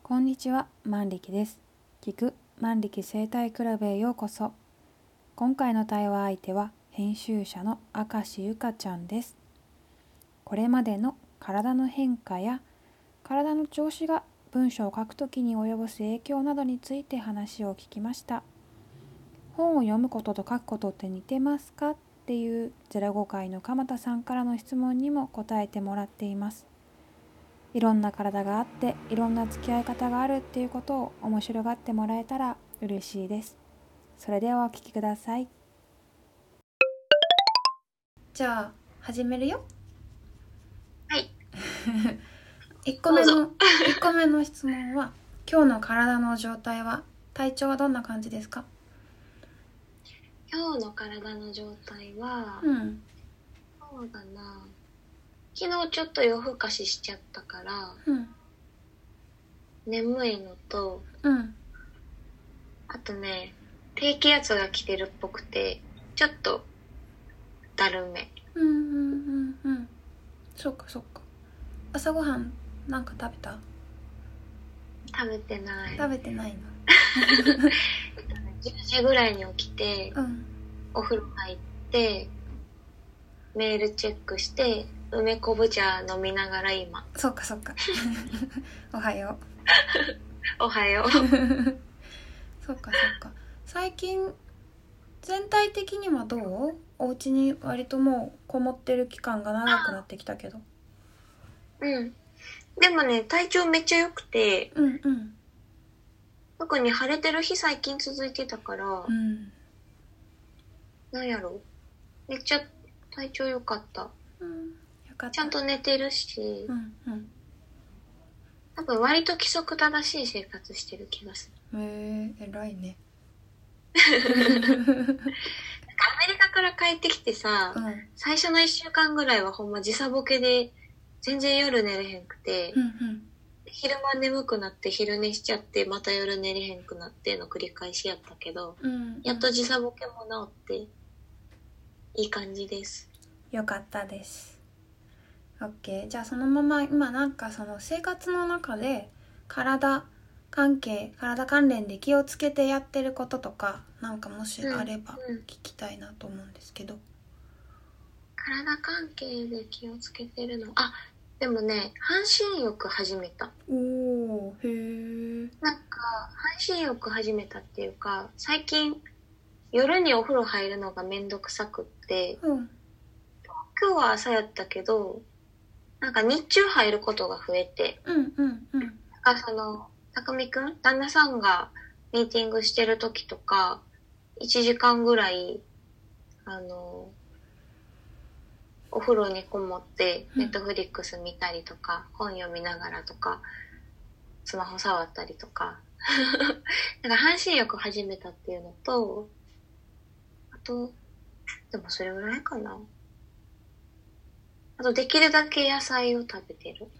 こんにちは、万力です。聞く万力生態クラブへようこそ。今回の対話相手は編集者の明石ゆかちゃんです。これまでの体の変化や体の調子が文章を書くときに及ぼす影響などについて話を聞きました。本を読むことと書くことって似てますかっていう05回の鎌田さんからの質問にも答えてもらっています。いろんな体があっていろんな付き合い方があるっていうことを面白がってもらえたら嬉しいです。それではお聞きください。じゃあ始めるよ。 はい 1個目の質問は、今日の体の状態は、体調はどんな感じですか？ 今日の体の状態は、そうだな、昨日ちょっと夜更かししちゃったから、眠いのと、あとね、低気圧が来てるっぽくてちょっとだるめ。 そっか。朝ごはんなんか食べた？ 食べてないの 10時ぐらいに起きて、お風呂入ってメールチェックして梅昆布茶飲みながら今。 そっかおはようおはようそっか最近全体的にはどう？お家に割ともうこもってる期間が長くなってきたけど。 でもね、体調めっちゃ良くて、特に晴れてる日最近続いてたから、なんやろ、めっちゃ体調良かった。 よかった。 ちゃんと寝てるし、多分割と規則正しい生活してる気がする。 偉いね。 アメリカから帰ってきてさ、最初の1週間ぐらいはほんま時差ボケで全然夜寝れへんくて、昼間眠くなって昼寝しちゃってまた夜寝れへんくなっての繰り返しやったけど、やっと時差ボケも治っていい感じです。 よかったです。 OK。 じゃあそのまま今なんかその生活の中で体関連で気をつけてやってることとかなんかもしあれば聞きたいなと思うんですけど。 体関係で気をつけてるの、でもね、半身浴始めた。なんか半身浴始めたっていうか、最近夜にお風呂入るのがめんどくさくって、今日は朝やったけどなんか日中入ることが増えて、なんかその匠くん、旦那さんがミーティングしてる時とか1時間ぐらいお風呂にこもってネットフリックス見たりとか、本読みながらとかスマホ触ったりとかなんか半身浴始めたっていうのと、あとでもそれぐらいかな。あとできるだけ野菜を食べてる。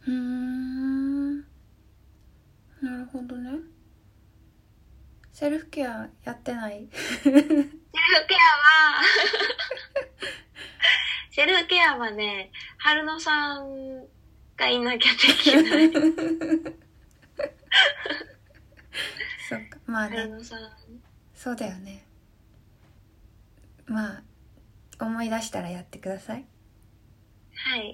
なるほどね。セルフケアやってない？ セルフケアはね、春野さんがいなきゃできないそっか、まあね、 春野さん、 そうだよね。まあ思い出したらやってください。 はい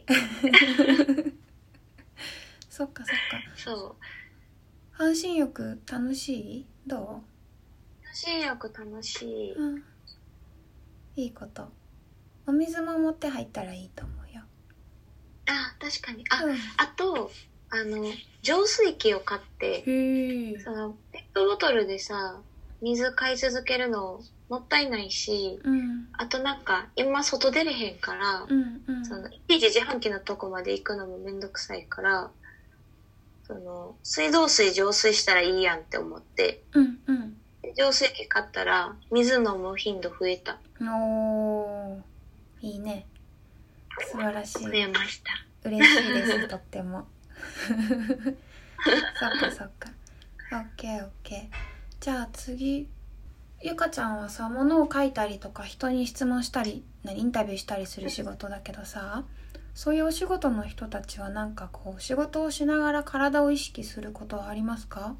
そっか。 そう。 半身浴楽しい？どう？ 半身浴楽しい。 いいこと。お水も持って入ったらいいと思うよ。 確かに。あと浄水器を買って、そのペットボトルでさ水買い続けるのもったいないし、あとなんか今外出れへんから、そのいちいち自販機のとこまで行くのもめんどくさいから、その水道水浄水したらいいやんって思って、浄水器買ったら水飲む頻度増えた。 いいね。素晴らしい。 増えました。 嬉しいですとってもそっか。OK。じゃあ次、ゆかちゃんは物を書いたりとか人に質問したりインタビューしたりする仕事だけどさ、 そういうお仕事の人たちはなんかこう仕事をしながら体を意識することはありますか？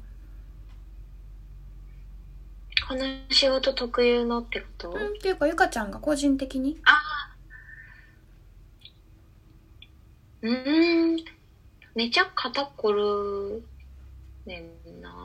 この仕事特有のってこと？ っていうかゆかちゃんが個人的に。 めちゃ肩こるねんな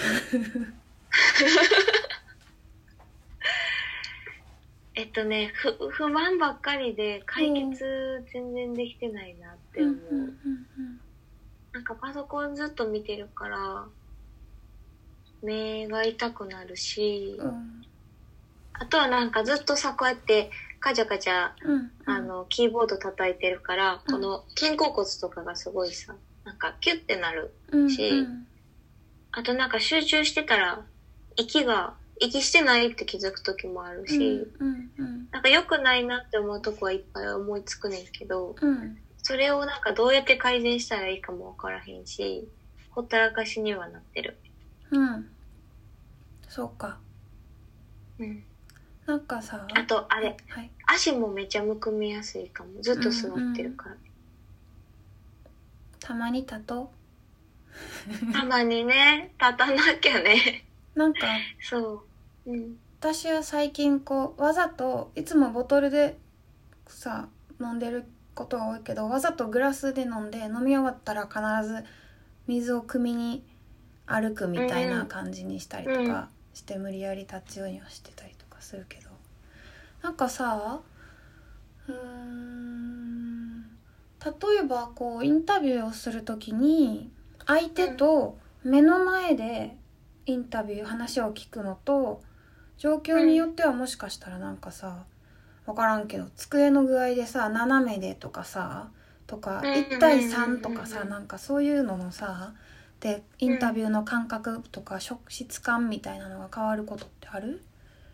不満ばっかりで解決全然できてないなって思う。なんかパソコンずっと見てるから目が痛くなるし、あとはなんかずっとさこうやってカチャカチャ、キーボード叩いてるから、この肩甲骨とかがすごいさ、なんかキュッてなるし、あとなんか集中してたら息してないって気づく時もあるし、なんか良くないなって思うとこはいっぱい思いつくねんけど、それをなんかどうやって改善したらいいかもわからへんし、ほったらかしにはなってる。 そうか。なんかさ、 あとあれ、足もめちゃむくみやすいかも。ずっと座ってるから。 たまに立とう。たまにね、立たなきゃね。 なんか、 そう。 私は最近こうわざといつもボトルでさ飲んでることが多いけど、わざとグラスで飲んで飲み終わったら必ず水を汲みに歩くみたいな感じにしたりとかして無理やり立つようにはしてたりとかするけど、なんかさ例えばこうインタビューをするときに相手と目の前でインタビュー話を聞くのと状況によってはもしかしたらなんかさ分からんけど机の具合でさ斜めでとかさとか1対3とかさなんかそういうののさでインタビューの感覚とか質感みたいなのが変わることってある？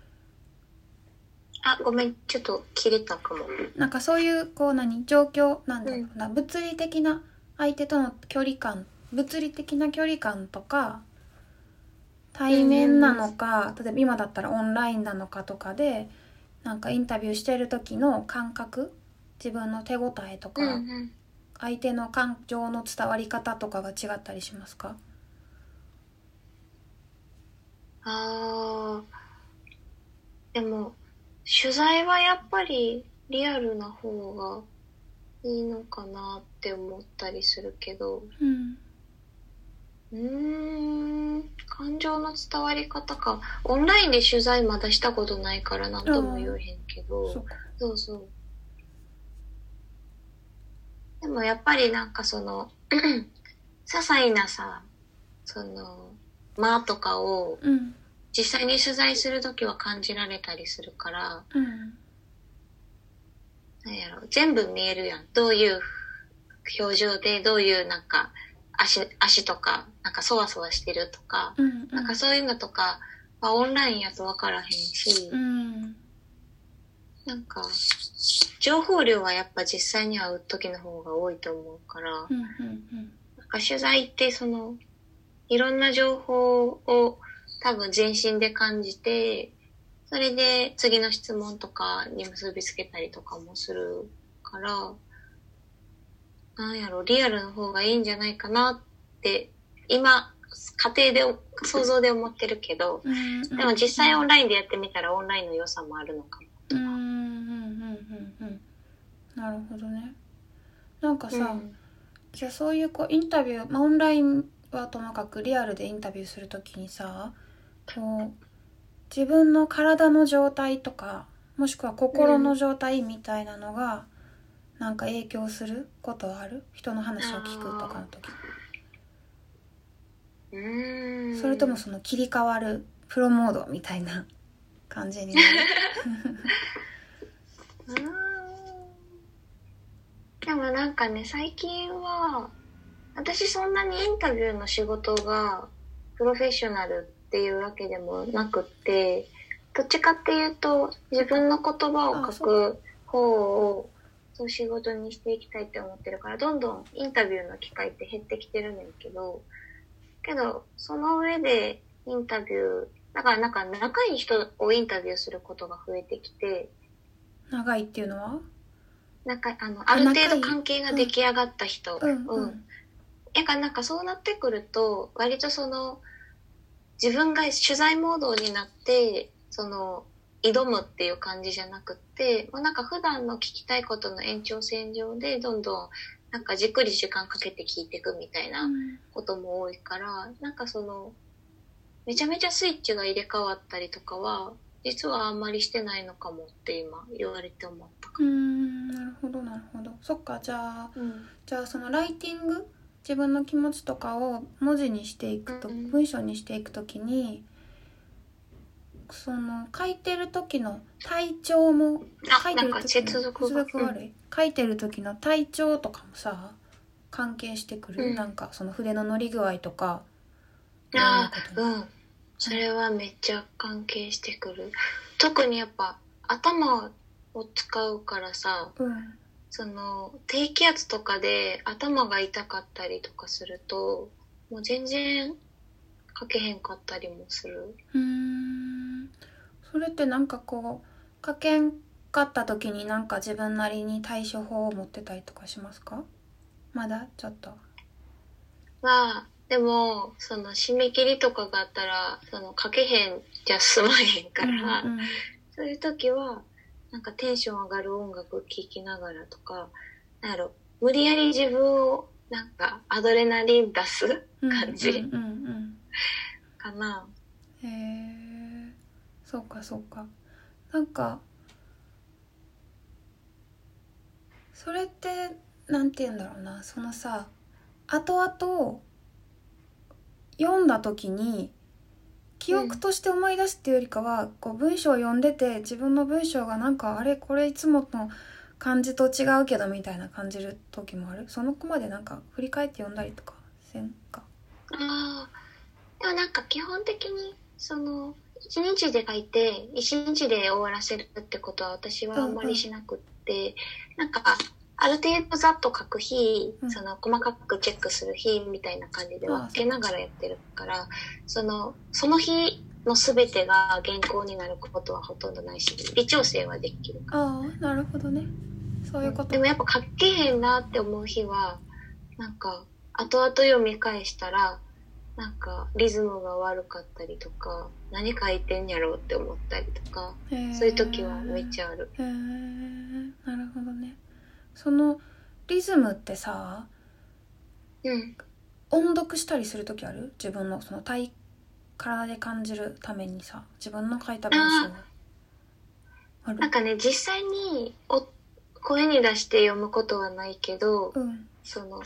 ごめんちょっと切れたかも。 なんかそういうこう状況なんだろうな、物理的な相手との距離感物理的な距離感とか対面なのか、例えば今だったらオンラインなのかとかでなんかインタビューしてる時の感覚、自分の手応えとか、相手の感情の伝わり方とかが違ったりしますか？ でも取材はやっぱりリアルな方がいいのかなって思ったりするけど、感情の伝わり方か。オンラインで取材まだしたことないから何とも言えへんけど、そう。でもやっぱりなんかその些細なさ、その間とかを実際に取材するときは感じられたりするから、なんやろ、全部見えるやん。どういう表情でどういうなんか足とかなんかそわそわしてるとか、なんかそういうのとかはオンラインやと分からへんし、なんか情報量はやっぱ実際に会う時の方が多いと思うから、なんか取材ってそのいろんな情報を多分全身で感じて、それで次の質問とかに結びつけたりとかもするから、なんやろ、リアルの方がいいんじゃないかなって今家庭で想像で思ってるけど、でも実際オンラインでやってみたらオンラインの良さもあるのかもとか。 なるほどね。なんかさ、じゃあそういうこうインタビュー、オンラインはともかくリアルでインタビューするときにさ、こう自分の体の状態とかもしくは心の状態みたいなのがなんか影響することはある？人の話を聞くとかの時。それともその切り替わるプロモードみたいな感じになる？ でもなんかね、最近は私そんなにインタビューの仕事がプロフェッショナルっていうわけでもなくって、どっちかっていうと自分の言葉を書く方をそう仕事にしていきたいって思ってるから、どんどんインタビューの機会って減ってきてるねんけどその上でインタビューだからなんか仲いい人をインタビューすることが増えてきて。 長いっていうのはなんかある程度関係が出来上がった人。やからなんかそうなってくると、割とその、自分が取材モードになって、その、挑むっていう感じじゃなくって、まあ、なんか普段の聞きたいことの延長線上で、どんどん、なんかじっくり時間かけて聞いていくみたいなことも多いから、なんかその、めちゃめちゃスイッチが入れ替わったりとかは、実はあんまりしてないのかもって今言われて思ったかも。 なるほどなるほど。そっか、じゃあそのライティング、自分の気持ちとかを文字にしていくと、文章にしていくときに、その書いてる時の体調も、書いてる時の接続悪い、書いてる時の体調とかもさ関係してくる、なんかその筆の乗り具合とか。 それはめっちゃ関係してくる。特にやっぱ頭を使うからさ、その低気圧とかで頭が痛かったりとかすると、もう全然書けへんかったりもする。 それってなんかこう書けんかった時になんか自分なりに対処法を持ってたりとかしますか？まだちょっとでもその締め切りとかがあったら、その書けへんじゃ済まへんから、そういう時はなんかテンション上がる音楽聴きながらとか、なんやろ、無理やり自分をなんかアドレナリン出す感じかな。 へえ、そうかそうか。なんかそれってなんて言うんだろうな、そのさ、後々読んだ時に記憶として思い出すっていうよりかは、こう文章を読んでて自分の文章がなんかあれこれいつもの感じと違うけどみたいな感じる時もある。その子までなんか振り返って読んだりとかせんか？ でもなんか基本的にその一日で書いて一日で終わらせるってことは私はあんまりしなくって、なんかある程度ざっと書く日、その細かくチェックする日みたいな感じで分けながらやってるから、その日の全てが原稿になることはほとんどないし、微調整はできるから。 なるほどね。そういうこと。 でもやっぱ書けへんなって思う日は、なんか後々読み返したら、なんかリズムが悪かったりとか、何書いてんやろうって思ったりとか、そういう時はめっちゃある。 なるほどね。そのリズムってさ、音読したりする時ある？自分のその体で感じるためにさ、自分の書いた文章ある？ なんかね、実際に声に出して読むことはないけど、その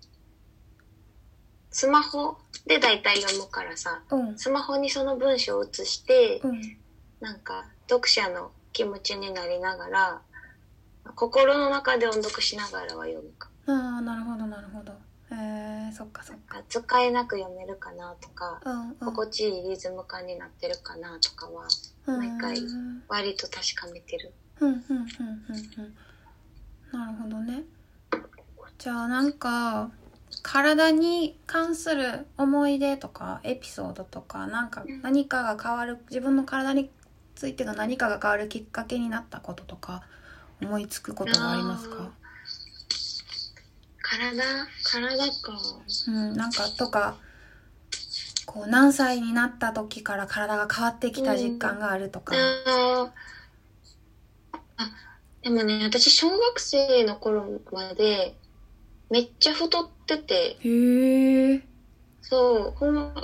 スマホでだいたい読むからさ、スマホにその文章を写して、なんか読者の気持ちになりながら、心の中で音読しながらは読むか。 なるほどなるほど。そっかそっか。 使えなく読めるかなとか、心地いいリズム感になってるかなとかは、毎回割と確かめてる。 なるほどね。じゃあなんか体に関する思い出とかエピソードとか、なんか何かが変わる、自分の体についての何かが変わるきっかけになったこととか思いつくことはありますか？ 体か。 なんかとか、こう何歳になった時から体が変わってきた実感があるとか。 でもね、私小学生の頃までめっちゃ太ってて。そう、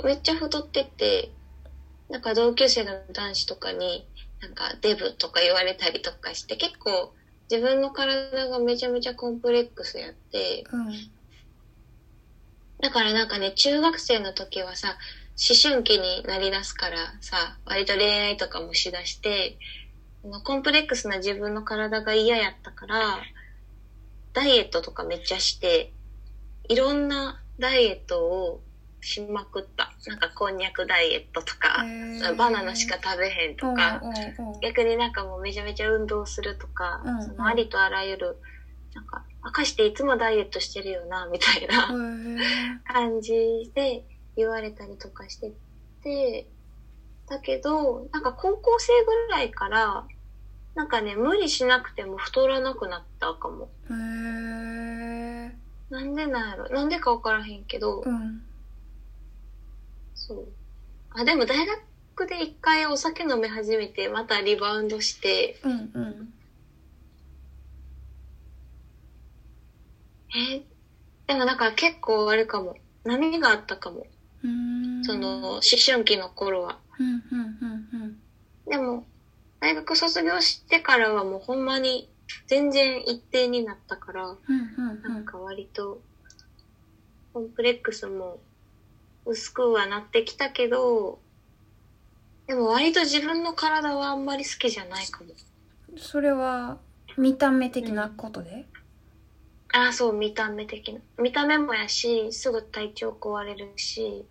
めっちゃ太ってて、なんか同級生の男子とかになんかデブとか言われたりとかして、結構自分の体がめちゃめちゃコンプレックスやって、だからなんかね、中学生の時はさ、思春期になりだすからさ、割と恋愛とかもしだして、コンプレックスな自分の体が嫌やったから、ダイエットとかめっちゃして、いろんなダイエットをしまくった。なんかこんにゃくダイエットとか、バナナしか食べへんとか、逆になんかもうめちゃめちゃ運動するとか、そのありとあらゆる、なんか、明石っていつもダイエットしてるよな、みたいな感じで言われたりとかしてて、だけど、なんか高校生ぐらいから、 なんかね、無理しなくても太らなくなったかも。 へー。 なんでなんやろ。なんでか分からへんけど、 うん。 そう。あ、でも大学で一回お酒飲み始めて、またリバウンドして、 うんうん。 でもなんか結構あれかも。波があったかも。その、思春期の頃は。 うんうんうんうん。 でも、大学卒業してからはもうほんまに全然一定になったから、 うんうんうん、 なんか割とコンプレックスも薄くはなってきたけど、でも割と自分の体はあんまり好きじゃないかも。 それは見た目的なことで？ ああ、そう、見た目的な。見た目もやし、すぐ体調壊れるし、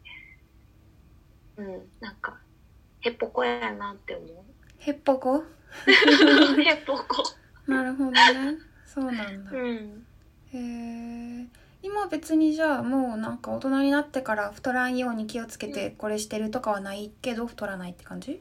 なんか、へっぽこやなって思う。 へっぽこへっぽこ。 なるほどね。そうなんだ。へえ。今別にじゃあもうなんか大人になってから太らんように気をつけてこれしてるとかはないけど太らないって感じ？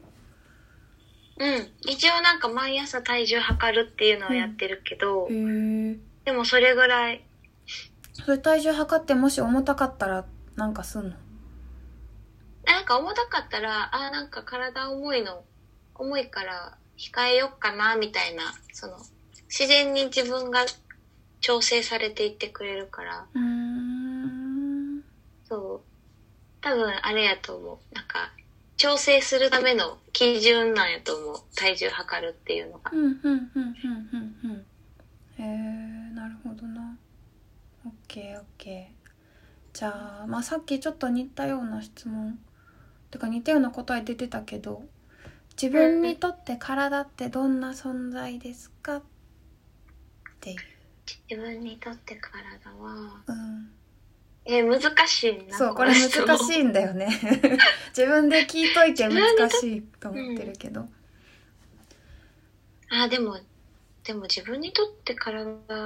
一応なんか毎朝体重測るっていうのをやってるけど、 へえ。 でもそれぐらい。 それ体重測ってもし重たかったらなんかすんの？ なんか重たかったら、なんか体重いから控えよっかな、みたいな、その、自然に自分が調整されていってくれるから。そう。多分あれやと思う。なんか、調整するための基準なんやと思う。体重測るっていうのが。 へえ、なるほどな。オッケーオッケー。じゃあ、さっきちょっと似たような質問てか似たような答え出てたけど、自分にとって体ってどんな存在ですかっていう。 自分にとって体は、 難しいな。 そう、これ難しいんだよね。自分で聞いといて難しいと思ってるけど。 でも自分にとって体、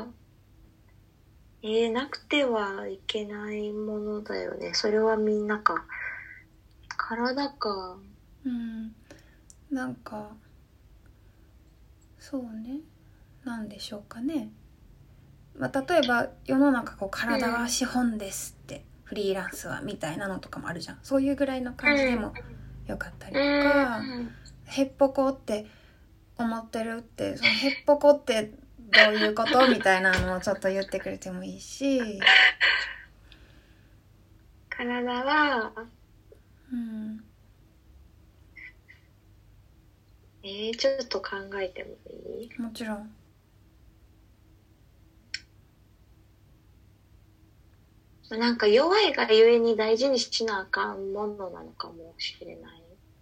なくてはいけないものだよね。それはみんなか。体か。 なんか、そうね。なんでしょうかね。例えば世の中体は資本ですって、フリーランスはみたいなのとかもあるじゃん。そういうぐらいの感じでもよかったりとか、へっぽこって思ってるって、そのへっぽこってどういうことみたいなのをちょっと言ってくれてもいいし。 体は、ちょっと考えてもいい？ もちろん。 なんか弱いがゆえに大事にしなあかんものなのかもしれない。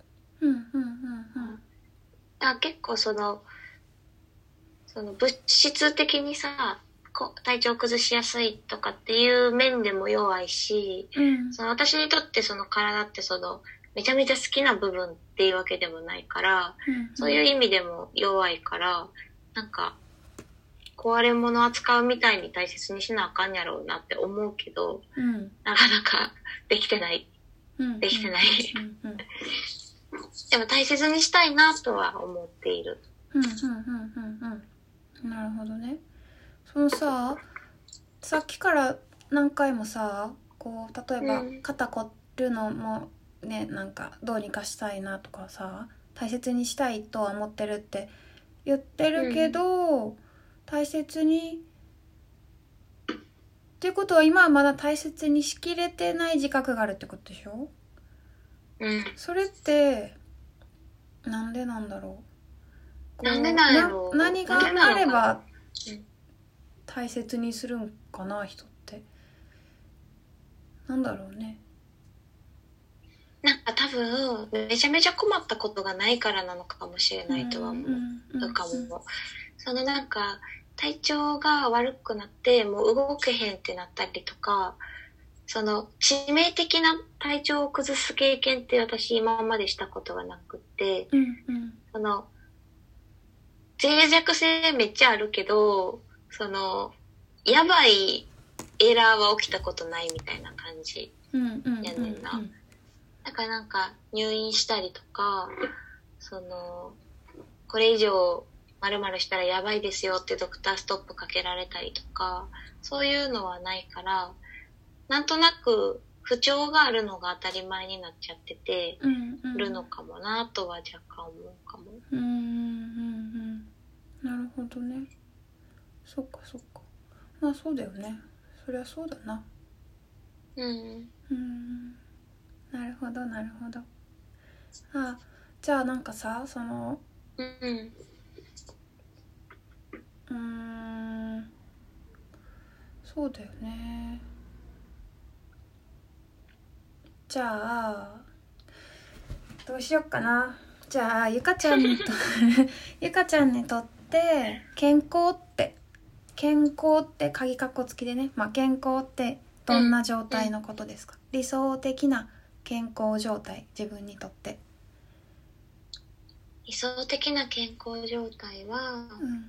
結構その物質的にさ、体調崩しやすいとかっていう面でも弱いし、その私にとってその体ってめちゃめちゃ好きな部分っていうわけでもないから、そういう意味でも弱いから、なんか壊れ物扱うみたいに大切にしなあかんやろうなって思うけど、なかなかできてない。できてない。でも大切にしたいなとは思っている。 なるほどね。そのさっきから何回もさ、例えば肩凝るのもね、なんかどうにかしたいなとかさ、大切にしたいとは思ってるって言ってるけど、大切にっていうことは今はまだ大切にしきれてない自覚があるってことでしょ？それってなんでなんだろう。 なんでなんやろう。 何があれば大切にするんかな、人って。なんだろうね。 なんか多分めちゃめちゃ困ったことがないからなのかもしれないとは思うかも。そのなんか体調が悪くなってもう動けへんってなったりとか、その致命的な体調を崩す経験って私今までしたことがなくって、その脆弱性めっちゃあるけど、そのやばいエラーは起きたことないみたいな感じやねんな。だからなんか入院したりとか、これ以上 〇〇したらやばいですよってドクターストップかけられたりとか、そういうのはないから、なんとなく不調があるのが当たり前になっちゃってて、るのかもなとは若干思うかも。 なるほどね。そっかそっか。まあそうだよね。そりゃそうだな。なるほどなるほど。あ、じゃあなんかさ、そのそうだよね。じゃあどうしよっかな。じゃあゆかちゃんにとゆかちゃんにとって健康って鍵括弧付きでね、まあ、健康ってどんな状態のことですか？理想的な健康状態、自分にとって。 理想的な健康状態は、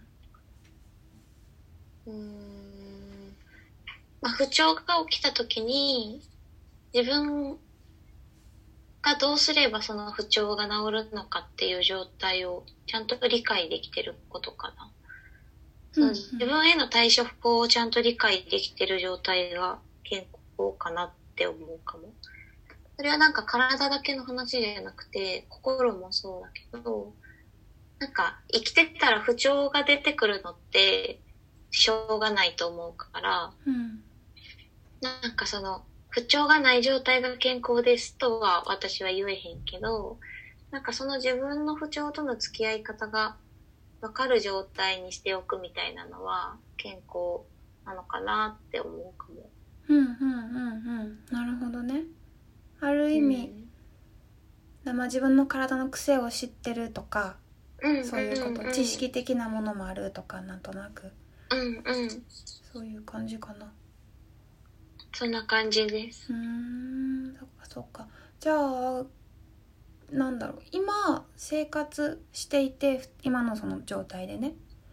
まあ、不調が起きた時に自分がどうすればその不調が治るのかっていう状態をちゃんと理解できてることかな。自分への対処法をちゃんと理解できてる状態が健康かなって思うかも。それはなんか体だけの話じゃなくて心もそうだけど、なんか生きてたら不調が出てくるのってしょうがないと思うから、なんかその不調がない状態が健康ですとは私は言えへんけど、なんかその自分の不調との付き合い方が分かる状態にしておくみたいなのは健康なのかなって思うかも。 なるほどね。ある意味、まあ、自分の体の癖を知ってるとか、そういうこと、知識的なものもあるとか、なんとなく、そういう感じかな。 そんな感じです。 そっかそっか。じゃあなんだろう、今生活していて、今のその状態でね、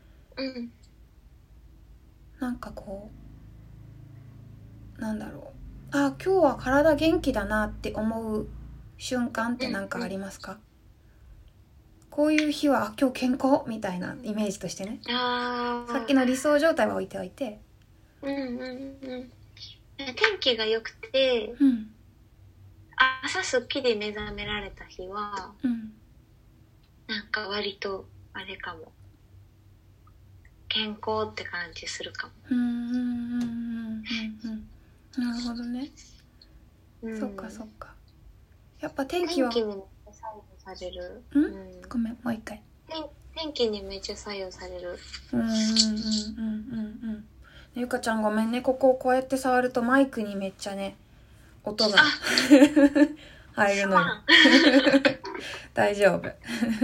なんかこう、なんだろう、あ、今日は体元気だなって思う瞬間って何かありますか？こういう日は今日健康みたいなイメージとしてね。さっきの理想状態は置いておいて、 天気が良くて、朝すっきり目覚められた日は、なんか割とあれかも、健康って感じするかも。 なるほどね。そっかそっか。やっぱ天気はにめっちゃ左右される。 ごめん、もう一回。 天気にめっちゃ左右される。 ゆかちゃんごめんね、ここをこうやって触るとマイクにめっちゃね、音が入るのよ。大丈夫。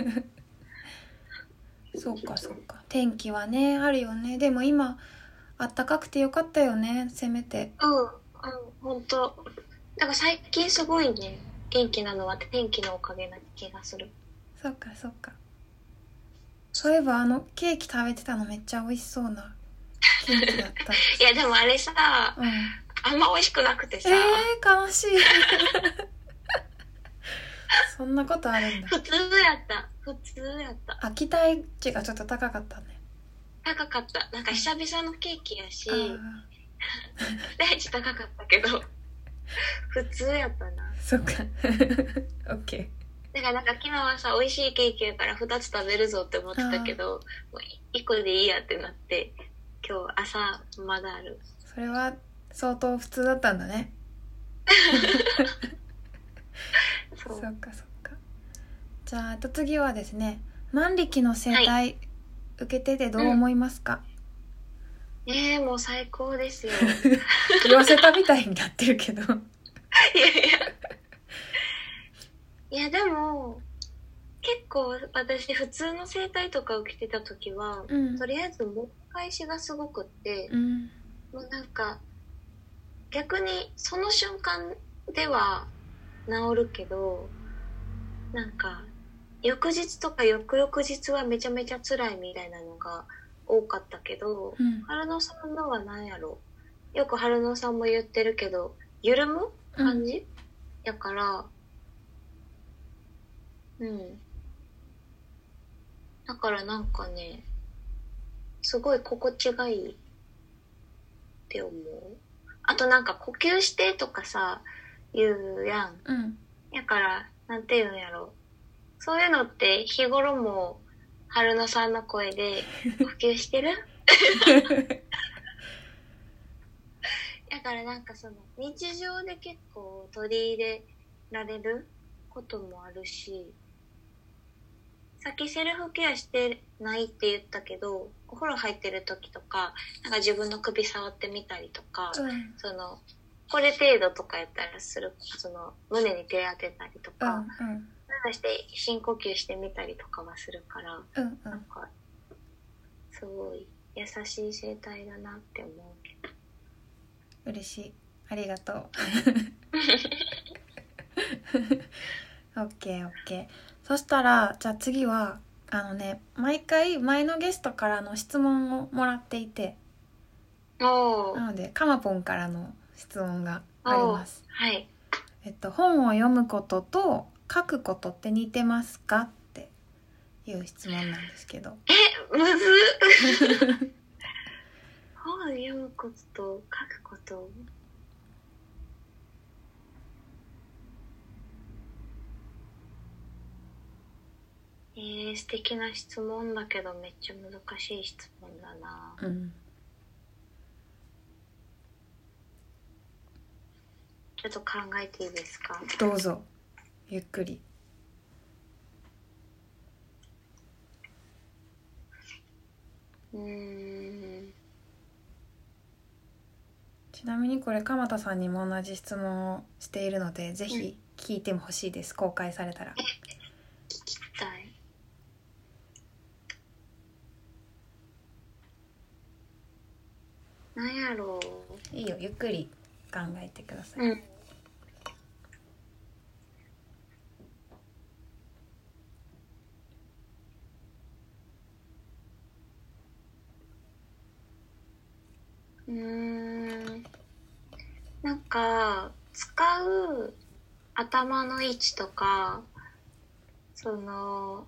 そうかそうか。天気はね、あるよね。でも今あったかくてよかったよね、せめて。 本当。だから最近すごいね、元気なのは天気のおかげな気がする。 そっかそっか。そういえばケーキ食べてたのめっちゃ美味しそうなケーキだった。 いやでもあれさ、あんま美味しくなくてさ。 悲しい。そんなことあるんだ。 普通やった。 期待値がちょっと高かったね。 高かった。なんか久々のケーキやし、期待値高かったけど普通やったな。 そっか。オッケー。 だからなんか昨日はさ、美味しいケーキやから2つ食べるぞって思ってたけど、もう1個でいいやってなって、今日朝まだある。 それは相当普通だったんだね。そっかそっか。じゃあ次はですね、万力の生態、受けててどう思いますか？ もう最高ですよ。 言わせたみたいになってるけど。 いやでも結構私普通の整体とか受けてた時は、とりあえず持ち返しがすごくって、もうなんか逆にその瞬間では治るけど、なんか翌日とか翌々日はめちゃめちゃ辛いみたいなのが多かったけど、春野さんのは何やろ、よく春野さんも言ってるけど緩む感じ、やからだからなんかね、 すごい心地がいいって思う。あとなんか呼吸してとかさ言うやん、 うん、 やからなんて言うんやろ、そういうのって日頃も春野さんの声で呼吸してるだからなんかその日常で結構取り入れられることもあるし、さっきセルフケアしてないって言ったけど、お風呂入ってる時とかなんか自分の首触ってみたりとか、そのこれ程度とかやったらする、その胸に手当てたりとか、なんかして深呼吸してみたりとかはするから、なんかすごい優しい生態だなって思うけど。 嬉しい、ありがとうオッケーオッケー。そしたらじゃあ次は毎回前のゲストからの質問をもらっていて、なのでかまぽんからの質問があります。 はい。 本を読むことと書くことって似てますかっていう質問なんですけど。 むず本を読むことと書くこと、素敵な質問だけどめっちゃ難しい質問だな。ちょっと考えていいですか？ どうぞゆっくり。ちなみにこれ鎌田さんにも同じ質問をしているので、ぜひ聞いてもほしいです、公開されたら。 聞きたい。なんやろう。 いいよ、ゆっくり考えてください。 なんか使う頭の位置とか、その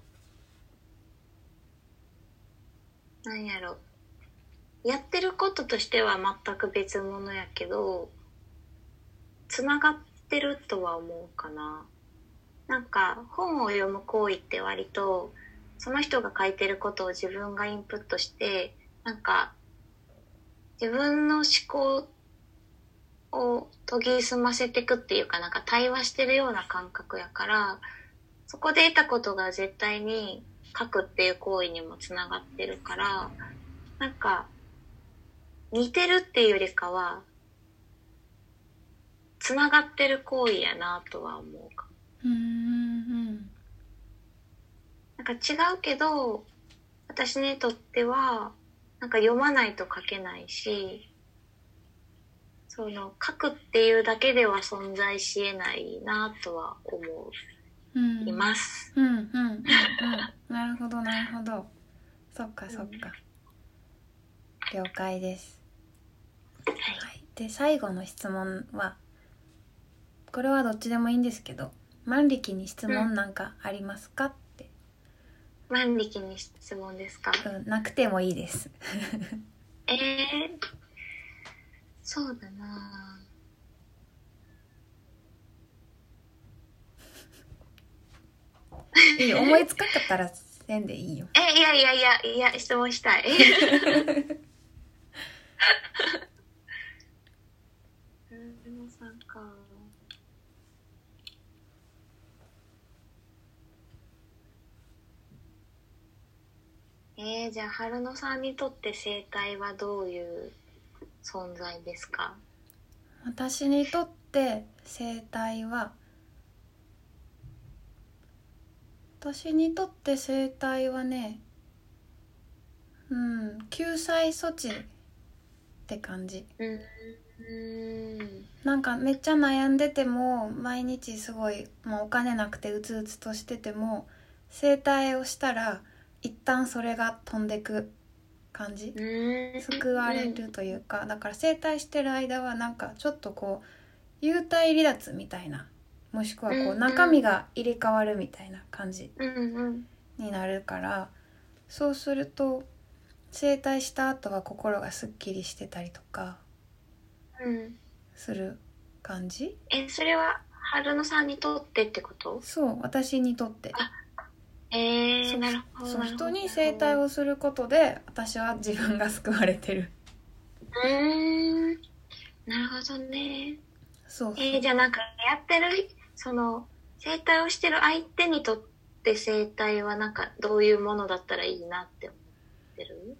なんやろ、やってることとしては全く別物やけどつながってるとは思うかな。なんか本を読む行為って割とその人が書いてることを自分がインプットして、なんか自分の思考を研ぎ澄ませていくっていうか、なんか対話してるような感覚やから、そこで得たことが絶対に書くっていう行為にもつながってるから、なんか似てるっていうよりかはつながってる行為やなとは思うかも。なんか違うけど私にとってはなんか読まないと書けないし、その書くっていうだけでは存在しえないなとは思います。 なるほどなるほど。そっかそっか、了解です。はい、で最後の質問は、これはどっちでもいいんですけど、万力に質問なんかありますかって。 万力に質問ですか？ なくてもいいですそうだな。 いいよ、思いつかなかったらせんでいいよ。 いや質問したい春野さんか。じゃあ春野さんにとって生態はどういう存在ですか？ 私にとって生態はね、救済措置って感じ。なんかめっちゃ悩んでても、毎日すごいもうお金なくてうつうつとしてても、整体をしたら一旦それが飛んでく感じ、救われるというか。だから整体してる間はなんかちょっとこう幽体離脱みたいな、もしくはこう中身が入れ替わるみたいな感じになるから、そうすると整体した後は心がすっきりしてたりとかする感じ。 それは春野さんにとってってこと？ そう、私にとって。 なるほど。 そう、人に整体をすることで私は自分が救われてる。 なるほどね。 そう。 じゃあなんかやってるその整体をしてる相手にとって整体はなんかどういうものだったらいいなって思ってる？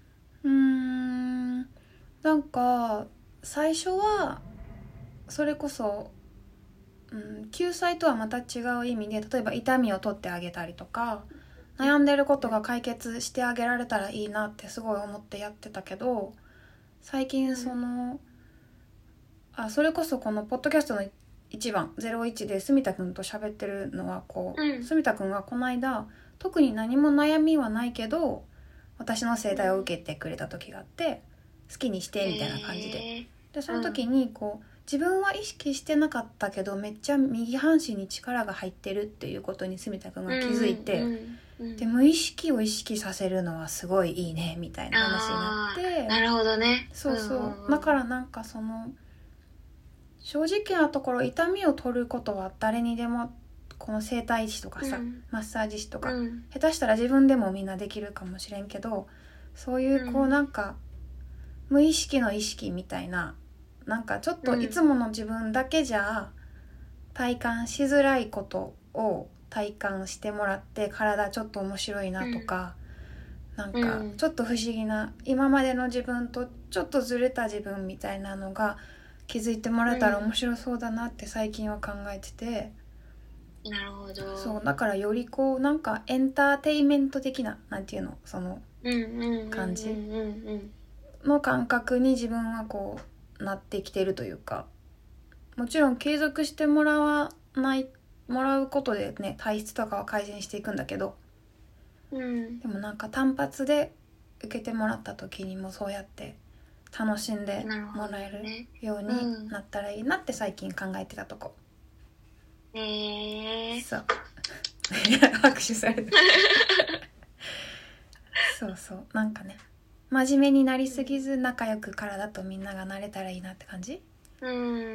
なんか最初はそれこそ、救済とはまた違う意味で、例えば痛みを取ってあげたりとか、悩んでることが解決してあげられたらいいなってすごい思ってやってたけど、最近それこそこのポッドキャストの1番01で住田くんと喋ってるのは住田くんがこの間特に何も悩みはないけど私の整体を受けてくれた時があって、好きにしてみたいな感じでその時に自分は意識してなかったけどめっちゃ右半身に力が入ってるっていうことに住田くんが気づいて、で無意識を意識させるのはすごいいいねみたいな話になって。 なるほどね。 そうだからなんか正直なところ痛みを取ることは誰にでも、この整体師とかさ、マッサージ師とか、下手したら自分でもみんなできるかもしれんけど、そういうなんか無意識の意識みたいな、なんかちょっといつもの自分だけじゃ体感しづらいことを体感してもらって、体ちょっと面白いなとか、なんかちょっと不思議な今までの自分とちょっとずれた自分みたいなのが気づいてもらえたら面白そうだなって最近は考えてて。 なるほど。 そうだからよりなんかエンターテインメント的な、なんていうの、その感じの感覚に自分はなってきてるというか、もちろん継続してもらうことでね、体質とかは改善していくんだけど、でもなんか単発で受けてもらった時にもそうやって楽しんでもらえるようになったらいいなって最近考えてたとこ。そう拍手されたそうなんかね、真面目になりすぎず仲良く体とみんながなれたらいいなって感じ。そう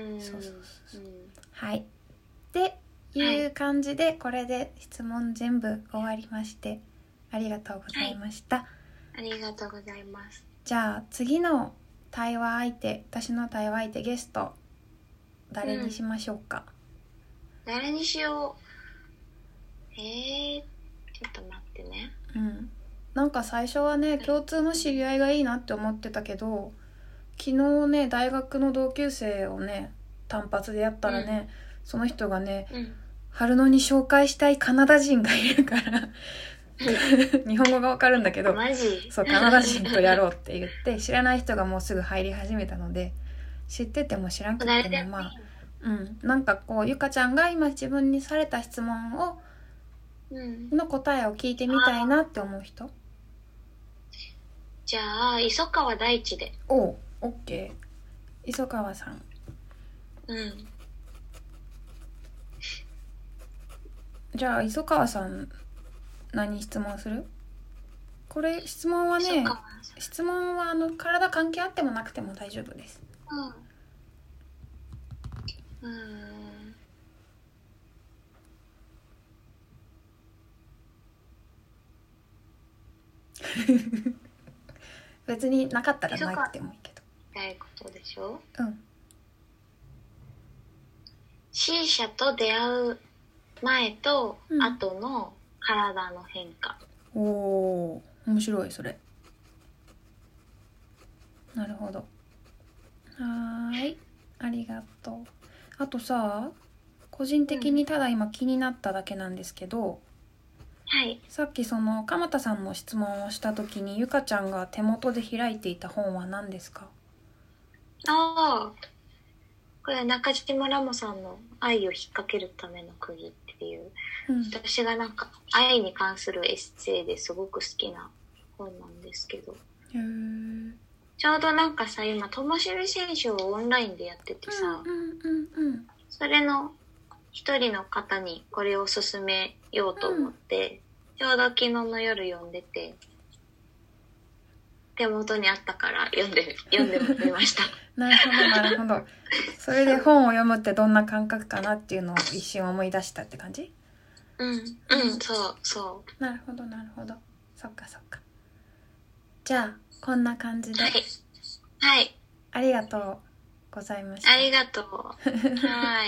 はいっていう感じで、これで質問全部終わりまして、ありがとうございました。 ありがとうございます。 じゃあ次の対話相手、私の対話相手ゲスト誰にしましょうか。 誰にしよう。ちょっと待ってね。 なんか最初はね、共通の知り合いがいいなって思ってたけど、昨日ね大学の同級生をね単発でやったらね、その人がね、春野に紹介したいカナダ人がいるから日本語がわかるんだけど、 マジ？ そう、カナダ人とやろうって言って知らない人がもうすぐ入り始めたので、知ってても知らんくてもなんかゆかちゃんが今自分にされた質問を、の答えを聞いてみたいなって思う人。 じゃあ磯川大地で。 オッケー。磯川さん。じゃあ磯川さん何質問する？これ質問はね、体関係あってもなくても大丈夫です。別になかったらなくてもいいけど。 たいことでしょ？C 社と出会う前と後の体の変化。 面白いそれ。なるほど。はい、ありがとう。あとさ、個人的にただ今気になっただけなんですけど、さっき鎌田さんの質問をした時にゆかちゃんが手元で開いていた本は何ですか？ これ中島ラモさんの愛を引っ掛けるための釘っていう、私がなんか愛に関するエッセイですごく好きな本なんですけど、ちょうどなんかさ今ともしび選手をオンラインでやっててさ、それの一人の方にこれを勧めようと思って、ちょうど昨日の夜読んでて、 手元にあったから読んでみました。 なるほどなるほど。それで本を読むってどんな感覚かなっていうのを一瞬思い出したって感じ？ そう。 なるほどなるほど。そっか。じゃあこんな感じで。 はい。 ありがとうございました。 ありがとう。はい。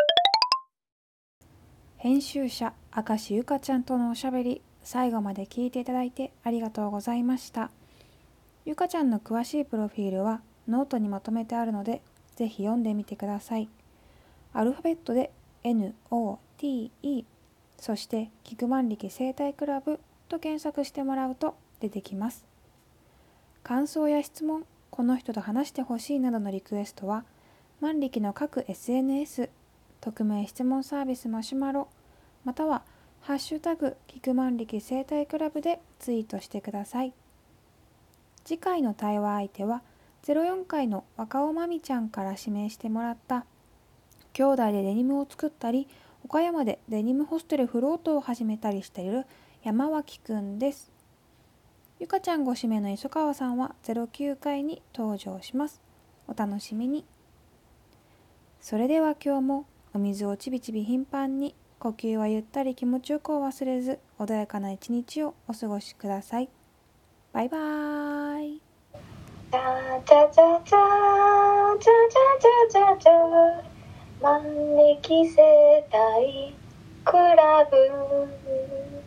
編集者明石ゆかちゃんとのおしゃべり、最後まで聞いていただいてありがとうございました。ゆかちゃんの詳しいプロフィールはノートにまとめてあるので、ぜひ読んでみてください。アルファベットで NOTE、そして菊万力生態クラブと検索してもらうと出てきます。感想や質問、この人と話してほしいなどのリクエストは、万力の各 SNS、匿名質問サービスマシュマロ、またはハッシュタグ菊万力生態クラブでツイートしてください。次回の対話相手は04回の若尾まみちゃんから指名してもらった兄弟でデニムを作ったり岡山でデニムホステルフロートを始めたりしている山脇くんです。ゆかちゃんご指名の磯川さんは09回に登場します。お楽しみに。それでは今日もお水をちびちび頻繁に、呼吸はゆったり気持ちよくを忘れず、穏やかな一日をお過ごしください。バイバーイ。 チャチャチャチャチャチャチャチャチャ万力生態クラブ